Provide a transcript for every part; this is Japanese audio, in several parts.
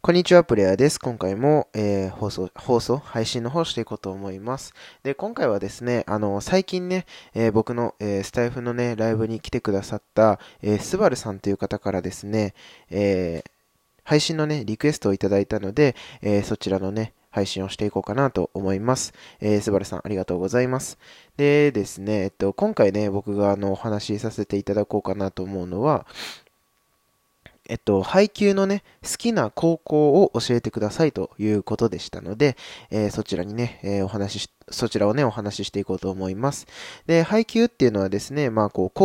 こんにちは、プレイヤーです。今回も、配信の方していこうと思います。で、今回はですね、最近ね、僕の、スタイフのね、ライブに来てくださった、スバルさんという方からですね、配信のね、リクエストをいただいたので、そちらのね、配信をしていこうかなと思います。スバルさん、ありがとうございます。でですね、今回ね、僕がお話しさせていただこうかなと思うのは、配給のね、好きな高校を教えてくださいということでしたので、そちらにね、そちらをね、お話ししていこうと思います。で、配給っていうのはですね、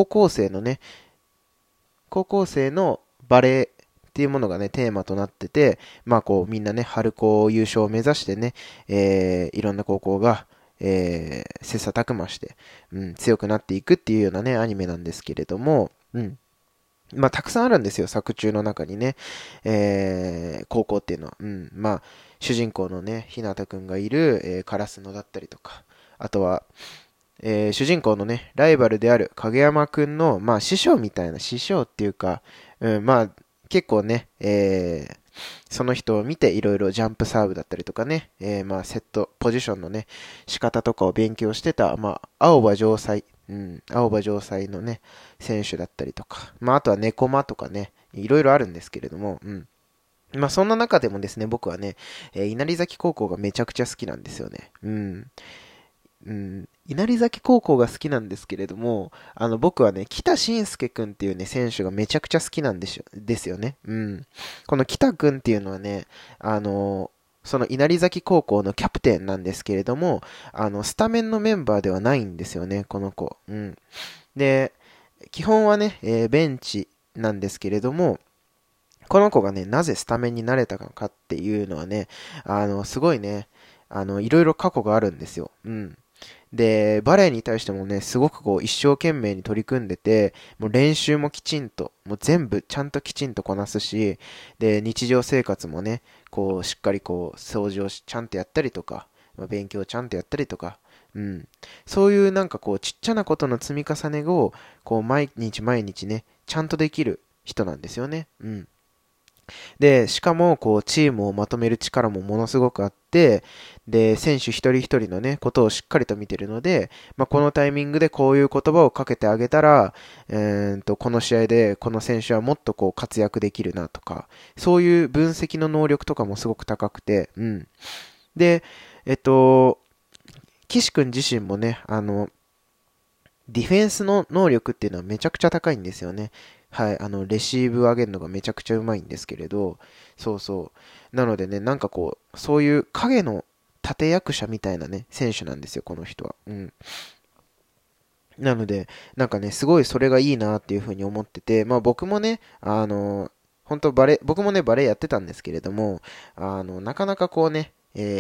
高校生のバレーっていうものがね、テーマとなってて、みんなね、春高優勝を目指してね、いろんな高校が、切磋琢磨して、強くなっていくっていうようなね、アニメなんですけれども、たくさんあるんですよ、作中の中にね。高校っていうのは。主人公のね、ひなたくんがいる、カラスノだったりとか、あとは、主人公のね、ライバルである影山くんの、師匠みたいな、師匠っていうか、結構ね、その人を見ていろいろジャンプサーブだったりとかね、セット、ポジションのね、仕方とかを勉強してた、青葉城西、青葉城西のね、選手だったりとか、あとは猫間とかね、いろいろあるんですけれども、そんな中でもですね、僕はね、稲荷崎高校がめちゃくちゃ好きなんですよね。稲荷崎高校が好きなんですけれども、僕はね、北信介くんっていうね、選手がめちゃくちゃ好きなんですよね。この北くんっていうのはね、その稲荷崎高校のキャプテンなんですけれども、スタメンのメンバーではないんですよね、この子。で、基本はね、ベンチなんですけれども、この子がね、なぜスタメンになれたのかっていうのはね、すごいね、いろいろ過去があるんですよ。で、バレエに対してもね、すごくこう一生懸命に取り組んでて、もう練習もきちんと、もう全部ちゃんときちんとこなすし、で、日常生活もね、こうしっかりこう掃除をちゃんとやったりとか、勉強をちゃんとやったりとか、そういうなんかこうちっちゃなことの積み重ねを、こう毎日毎日ね、ちゃんとできる人なんですよね。で、しかも、こう、チームをまとめる力もものすごくあって、で、選手一人一人のね、ことをしっかりと見てるので、このタイミングでこういう言葉をかけてあげたら、この試合でこの選手はもっとこう活躍できるなとか、そういう分析の能力とかもすごく高くて、で、岸君自身もね、ディフェンスの能力っていうのはめちゃくちゃ高いんですよね。はい、レシーブを上げるのがめちゃくちゃうまいんですけれど、そうそう。なのでね、なんかこう、そういう影の立役者みたいなね、選手なんですよ、この人は。なので、なんかね、すごいそれがいいなっていうふうに思ってて、僕もね、本当僕もね、バレーやってたんですけれども、なかなかこうね、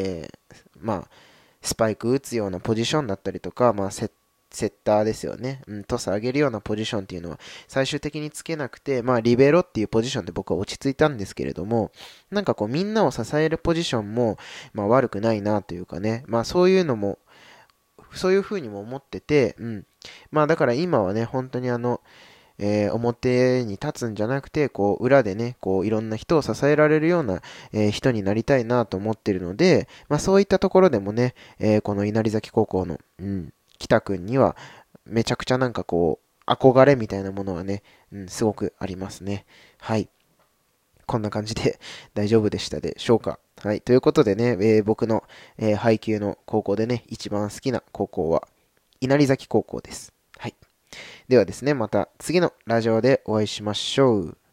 スパイク打つようなポジションだったりとか、セッターですよね。トス上げるようなポジションっていうのは最終的につけなくて、リベロっていうポジションで僕は落ち着いたんですけれども、なんかこうみんなを支えるポジションも、悪くないなというかね、そういうのも、そういう風にも思ってて、だから今はね、本当に表に立つんじゃなくて、こう、裏でね、こう、いろんな人を支えられるような、人になりたいなと思ってるので、そういったところでもね、この稲荷崎高校の、北くんには、めちゃくちゃなんかこう、憧れみたいなものはね、すごくありますね。はい。こんな感じで大丈夫でしたでしょうか。はい。ということでね、僕の、配給の高校でね、一番好きな高校は、稲荷崎高校です。はい。ではですね、また次のラジオでお会いしましょう。